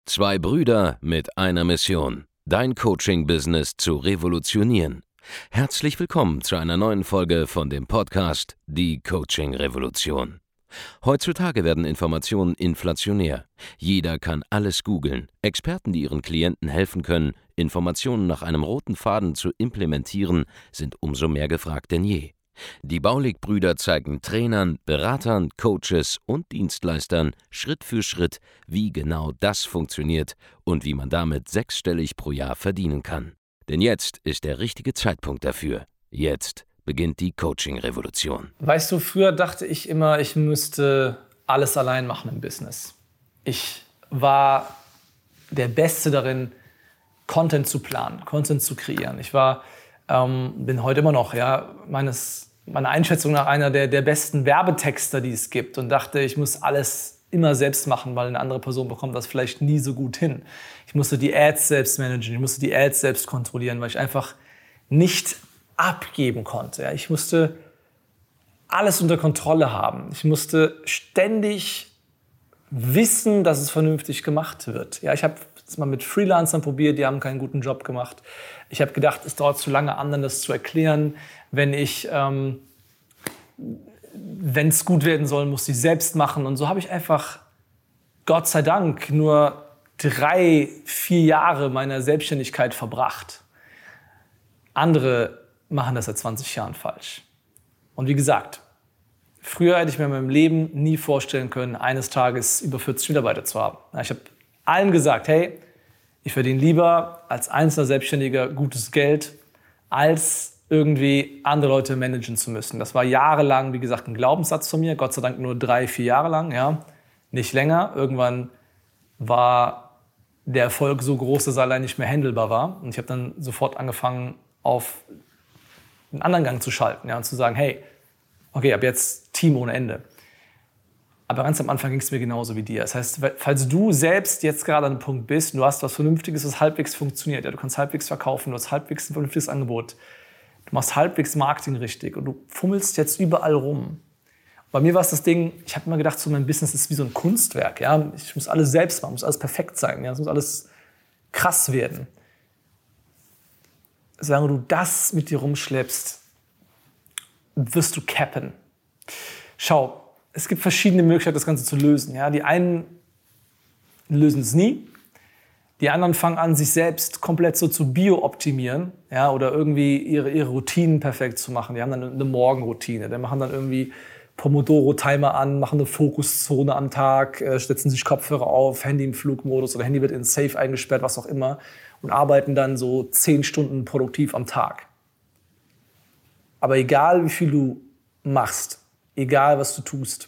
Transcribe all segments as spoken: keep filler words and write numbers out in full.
Zwei Brüder mit einer Mission, dein Coaching-Business zu revolutionieren. Herzlich willkommen zu einer neuen Folge von dem Podcast Die Coaching-Revolution. Heutzutage werden Informationen inflationär. Jeder kann alles googeln. Experten, die ihren Klienten helfen können, Informationen nach einem roten Faden zu implementieren, sind umso mehr gefragt denn je. Die Baulig-Brüder zeigen Trainern, Beratern, Coaches und Dienstleistern Schritt für Schritt, wie genau das funktioniert und wie man damit sechsstellig pro Jahr verdienen kann. Denn jetzt ist der richtige Zeitpunkt dafür. Jetzt beginnt die Coaching-Revolution. Weißt du, früher dachte ich immer, ich müsste alles allein machen im Business. Ich war der Beste darin, Content zu planen, Content zu kreieren. Ich war, ähm, bin heute immer noch, ja, meines meiner Einschätzung nach einer der, der besten Werbetexter, die es gibt, und dachte, ich muss alles immer selbst machen, weil eine andere Person bekommt das vielleicht nie so gut hin. Ich musste die Ads selbst managen, ich musste die Ads selbst kontrollieren, weil ich einfach nicht abgeben konnte. Ja. Ich musste alles unter Kontrolle haben. Ich musste ständig wissen, dass es vernünftig gemacht wird. Ja, ich habe es mal mit Freelancern probiert, die haben keinen guten Job gemacht. Ich habe gedacht, es dauert zu lange, anderen das zu erklären. Wenn ich, ähm, wenn es gut werden soll, muss ich selbst machen. Und so habe ich einfach, Gott sei Dank, nur drei, vier Jahre meiner Selbstständigkeit verbracht. Andere machen das seit zwanzig Jahren falsch. Und wie gesagt, früher hätte ich mir in meinem Leben nie vorstellen können, eines Tages über vierzig Mitarbeiter zu haben. Ich habe allen gesagt, hey, ich verdiene lieber als einzelner Selbstständiger gutes Geld, als irgendwie andere Leute managen zu müssen. Das war jahrelang, wie gesagt, ein Glaubenssatz von mir. Gott sei Dank nur drei, vier Jahre lang, ja, nicht länger. Irgendwann war der Erfolg so groß, dass er allein nicht mehr handelbar war. Und ich habe dann sofort angefangen, auf einen anderen Gang zu schalten, ja, und zu sagen, hey, okay, ab jetzt Team ohne Ende. Aber ganz am Anfang ging es mir genauso wie dir. Das heißt, falls du selbst jetzt gerade an einem Punkt bist, du hast was Vernünftiges, was halbwegs funktioniert, ja, du kannst halbwegs verkaufen, du hast halbwegs ein vernünftiges Angebot, du machst halbwegs Marketing richtig und du fummelst jetzt überall rum. Bei mir war es das Ding, ich habe immer gedacht, so mein Business ist wie so ein Kunstwerk. Ja? Ich muss alles selbst machen, muss alles perfekt sein, ja? Es muss alles krass werden. Solange du das mit dir rumschleppst, wirst du cappen. Schau, es gibt verschiedene Möglichkeiten, das Ganze zu lösen. Ja? Die einen lösen es nie. Die anderen fangen an, sich selbst komplett so zu bio-optimieren, ja, oder irgendwie ihre, ihre Routinen perfekt zu machen. Die haben dann eine Morgenroutine, die machen dann irgendwie Pomodoro-Timer an, machen eine Fokuszone am Tag, äh, setzen sich Kopfhörer auf, Handy im Flugmodus oder Handy wird in Safe eingesperrt, was auch immer, und arbeiten dann so zehn Stunden produktiv am Tag. Aber egal, wie viel du machst, egal, was du tust,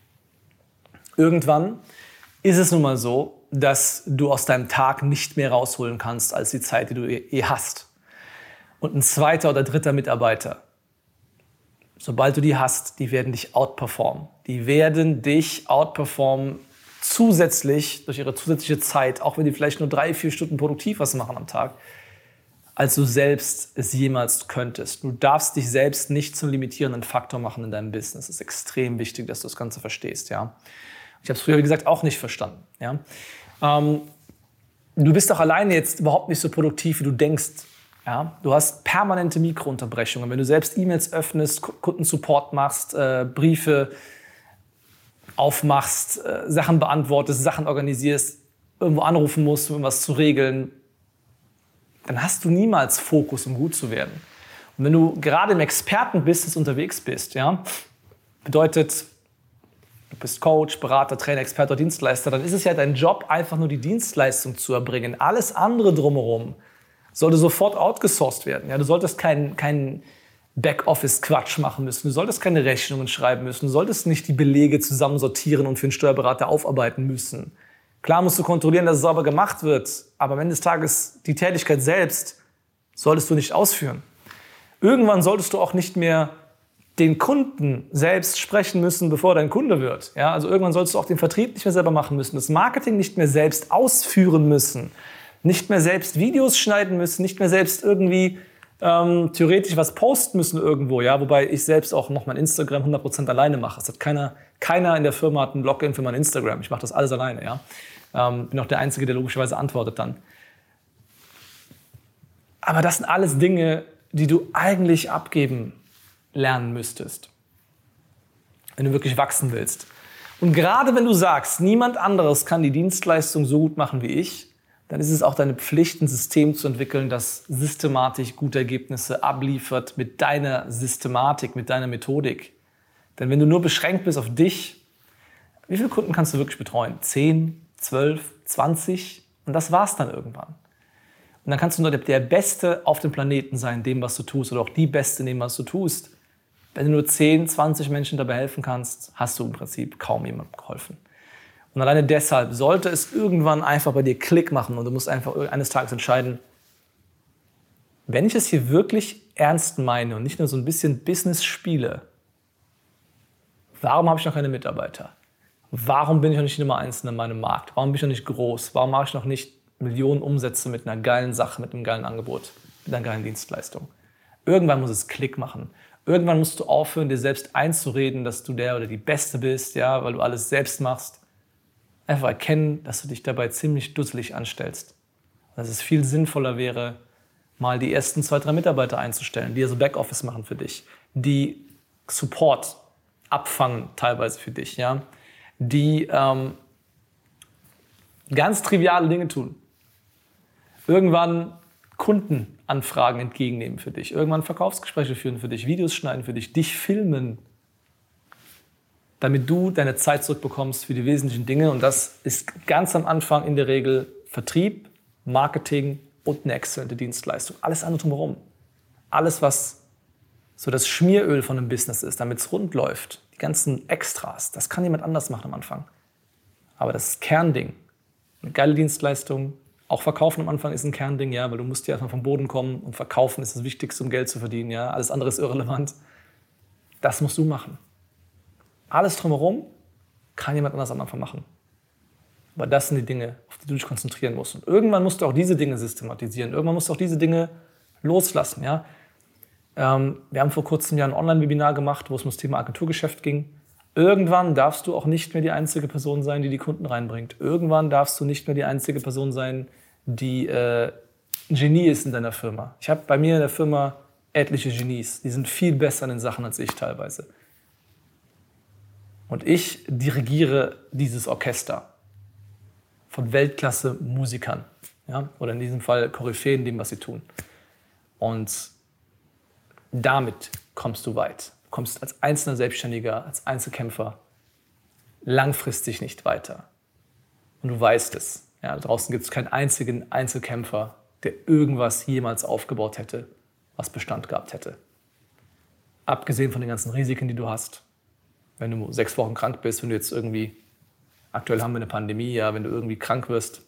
irgendwann ist es nun mal so, dass du aus deinem Tag nicht mehr rausholen kannst als die Zeit, die du eh hast. Und ein zweiter oder dritter Mitarbeiter, sobald du die hast, die werden dich outperformen. Die werden dich outperformen zusätzlich durch ihre zusätzliche Zeit, auch wenn die vielleicht nur drei, vier Stunden produktiv was machen am Tag, als du selbst es jemals könntest. Du darfst dich selbst nicht zum limitierenden Faktor machen in deinem Business. Es ist extrem wichtig, dass du das Ganze verstehst. Ja? Ich habe es früher, wie gesagt, auch nicht verstanden. Ja? Ähm, du bist doch alleine jetzt überhaupt nicht so produktiv, wie du denkst. Ja? Du hast permanente Mikrounterbrechungen. Wenn du selbst E-Mails öffnest, Kundensupport machst, äh, Briefe aufmachst, äh, Sachen beantwortest, Sachen organisierst, irgendwo anrufen musst, um was zu regeln, dann hast du niemals Fokus, um gut zu werden. Und wenn du gerade im Expertenbusiness unterwegs bist, ja, bedeutet, du bist Coach, Berater, Trainer, Experte oder Dienstleister, dann ist es ja dein Job, einfach nur die Dienstleistung zu erbringen. Alles andere drumherum sollte sofort outgesourced werden. Ja, du solltest keinen kein Backoffice-Quatsch machen müssen, du solltest keine Rechnungen schreiben müssen, du solltest nicht die Belege zusammensortieren und für einen Steuerberater aufarbeiten müssen. Klar musst du kontrollieren, dass es sauber gemacht wird, aber am Ende des Tages die Tätigkeit selbst solltest du nicht ausführen. Irgendwann solltest du auch nicht mehr den Kunden selbst sprechen müssen, bevor er dein Kunde wird. Ja, also irgendwann sollst du auch den Vertrieb nicht mehr selber machen müssen, das Marketing nicht mehr selbst ausführen müssen, nicht mehr selbst Videos schneiden müssen, nicht mehr selbst irgendwie ähm, theoretisch was posten müssen irgendwo. Ja, wobei ich selbst auch noch mein Instagram hundert Prozent alleine mache. Es hat keiner, keiner in der Firma hat ein Login für mein Instagram. Ich mache das alles alleine. Ja. Ähm, bin auch der Einzige, der logischerweise antwortet dann. Aber das sind alles Dinge, die du eigentlich abgeben lernen müsstest, wenn du wirklich wachsen willst. Und gerade wenn du sagst, niemand anderes kann die Dienstleistung so gut machen wie ich, dann ist es auch deine Pflicht, ein System zu entwickeln, das systematisch gute Ergebnisse abliefert mit deiner Systematik, mit deiner Methodik. Denn wenn du nur beschränkt bist auf dich, wie viele Kunden kannst du wirklich betreuen? zehn, zwölf, zwanzig? Und das war's dann irgendwann. Und dann kannst du nur der Beste auf dem Planeten sein, dem, was du tust, oder auch die Beste in dem, was du tust. Wenn du nur zehn, zwanzig Menschen dabei helfen kannst, hast du im Prinzip kaum jemandem geholfen. Und alleine deshalb sollte es irgendwann einfach bei dir Klick machen und du musst einfach eines Tages entscheiden, wenn ich es hier wirklich ernst meine und nicht nur so ein bisschen Business spiele, warum habe ich noch keine Mitarbeiter? Warum bin ich noch nicht Nummer eins in meinem Markt? Warum bin ich noch nicht groß? Warum mache ich noch nicht Millionen Umsätze mit einer geilen Sache, mit einem geilen Angebot, mit einer geilen Dienstleistung? Irgendwann muss es Klick machen. Irgendwann musst du aufhören, dir selbst einzureden, dass du der oder die Beste bist, ja, weil du alles selbst machst. Einfach erkennen, dass du dich dabei ziemlich dusselig anstellst. Dass es viel sinnvoller wäre, mal die ersten zwei, drei Mitarbeiter einzustellen, die also Backoffice machen für dich, die Support abfangen teilweise für dich, ja, die ähm, ganz triviale Dinge tun. Irgendwann Kundenanfragen entgegennehmen für dich, irgendwann Verkaufsgespräche führen für dich, Videos schneiden für dich, dich filmen, damit du deine Zeit zurückbekommst für die wesentlichen Dinge. Und das ist ganz am Anfang in der Regel Vertrieb, Marketing und eine exzellente Dienstleistung. Alles andere drumherum. Alles, was so das Schmieröl von einem Business ist, damit es rund läuft. Die ganzen Extras, das kann jemand anders machen am Anfang. Aber das Kernding, eine geile Dienstleistung, auch Verkaufen am Anfang ist ein Kernding, ja, weil du musst ja erstmal vom Boden kommen und Verkaufen ist das Wichtigste, um Geld zu verdienen. Ja. Alles andere ist irrelevant. Das musst du machen. Alles drumherum kann jemand anders am Anfang machen. Aber das sind die Dinge, auf die du dich konzentrieren musst. Und irgendwann musst du auch diese Dinge systematisieren. Irgendwann musst du auch diese Dinge loslassen. Ja? Ähm, wir haben vor kurzem ja ein Online-Webinar gemacht, wo es um das Thema Agenturgeschäft ging. Irgendwann darfst du auch nicht mehr die einzige Person sein, die die Kunden reinbringt. Irgendwann darfst du nicht mehr die einzige Person sein, die äh, ein Genie ist in deiner Firma. Ich habe bei mir in der Firma etliche Genies. Die sind viel besser in den Sachen als ich teilweise. Und ich dirigiere dieses Orchester von Weltklasse-Musikern. Ja? Oder in diesem Fall Koryphäen, dem, was sie tun. Und damit kommst du weit. Du kommst als einzelner Selbstständiger, als Einzelkämpfer langfristig nicht weiter. Und du weißt es. Ja, da draußen gibt es keinen einzigen Einzelkämpfer, der irgendwas jemals aufgebaut hätte, was Bestand gehabt hätte. Abgesehen von den ganzen Risiken, die du hast. Wenn du sechs Wochen krank bist, wenn du jetzt irgendwie, aktuell haben wir eine Pandemie, ja, wenn du irgendwie krank wirst,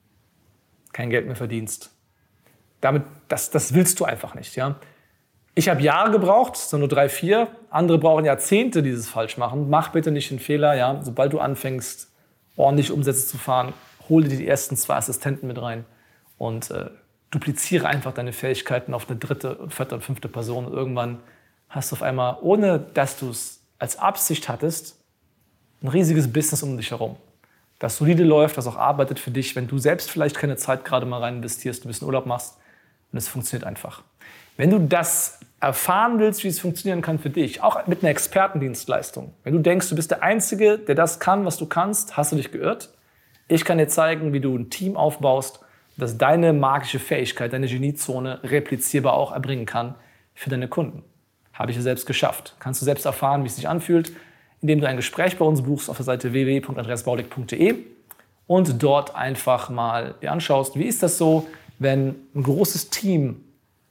kein Geld mehr verdienst. Damit, das, das willst du einfach nicht. Ja? Ich habe Jahre gebraucht, so nur drei, vier. Andere brauchen Jahrzehnte, die dieses falsch machen. Mach bitte nicht den Fehler. Ja? Sobald du anfängst, ordentlich Umsätze zu fahren, hol dir die ersten zwei Assistenten mit rein und äh, dupliziere einfach deine Fähigkeiten auf eine dritte, vierte und fünfte Person. Und irgendwann hast du auf einmal, ohne dass du es als Absicht hattest, ein riesiges Business um dich herum. Das solide läuft, das auch arbeitet für dich, wenn du selbst vielleicht keine Zeit gerade mal rein investierst, ein bisschen Urlaub machst und es funktioniert einfach. Wenn du das erfahren willst, wie es funktionieren kann für dich, auch mit einer Expertendienstleistung, wenn du denkst, du bist der Einzige, der das kann, was du kannst, hast du dich geirrt. Ich kann dir zeigen, wie du ein Team aufbaust, das deine magische Fähigkeit, deine Geniezone replizierbar auch erbringen kann für deine Kunden. Habe ich ja selbst geschafft. Kannst du selbst erfahren, wie es sich anfühlt, indem du ein Gespräch bei uns buchst auf der Seite w w w punkt andreas baulig punkt d e und dort einfach mal dir anschaust, wie ist das so, wenn ein großes Team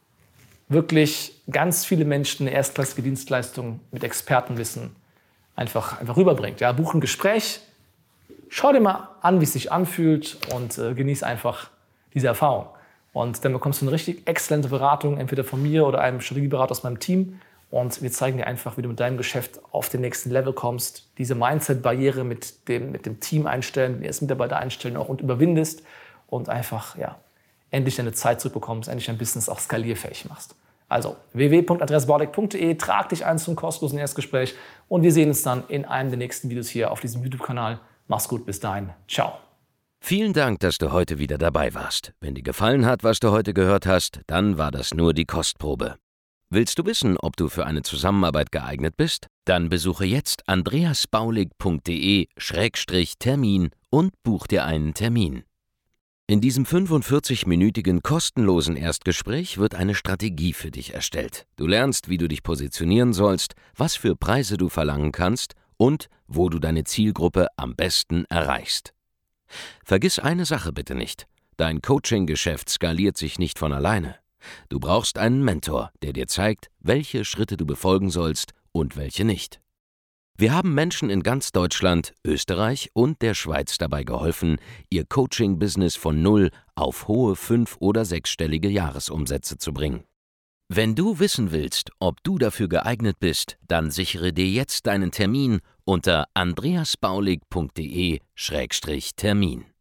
wirklich ganz viele Menschen eine erstklassige Dienstleistung mit Expertenwissen einfach, einfach rüberbringt. Ja, buch ein Gespräch, schau dir mal an, wie es sich anfühlt und äh, genieß einfach diese Erfahrung. Und dann bekommst du eine richtig exzellente Beratung, entweder von mir oder einem Strategieberater aus meinem Team. Und wir zeigen dir einfach, wie du mit deinem Geschäft auf den nächsten Level kommst, diese Mindset-Barriere mit dem, mit dem Team einstellen, den ersten Mitarbeiter einstellen auch und überwindest und einfach ja, endlich deine Zeit zurückbekommst, endlich dein Business auch skalierfähig machst. Also w w w punkt andreas baulig punkt d e, trag dich ein zum kostenlosen Erstgespräch und wir sehen uns dann in einem der nächsten Videos hier auf diesem YouTube-Kanal. Mach's gut, bis dahin. Ciao. Vielen Dank, dass du heute wieder dabei warst. Wenn dir gefallen hat, was du heute gehört hast, dann war das nur die Kostprobe. Willst du wissen, ob du für eine Zusammenarbeit geeignet bist? Dann besuche jetzt andreasbaulig punkt de Schrägstrich Termin und buch dir einen Termin. In diesem fünfundvierzig-minütigen kostenlosen Erstgespräch wird eine Strategie für dich erstellt. Du lernst, wie du dich positionieren sollst, was für Preise du verlangen kannst und wo du deine Zielgruppe am besten erreichst. Vergiss eine Sache bitte nicht: Dein Coaching-Geschäft skaliert sich nicht von alleine. Du brauchst einen Mentor, der dir zeigt, welche Schritte du befolgen sollst und welche nicht. Wir haben Menschen in ganz Deutschland, Österreich und der Schweiz dabei geholfen, ihr Coaching-Business von null auf hohe fünf- oder sechsstellige Jahresumsätze zu bringen. Wenn du wissen willst, ob du dafür geeignet bist, dann sichere dir jetzt deinen Termin unter andreasbaulig punkt de Schrägstrich Termin.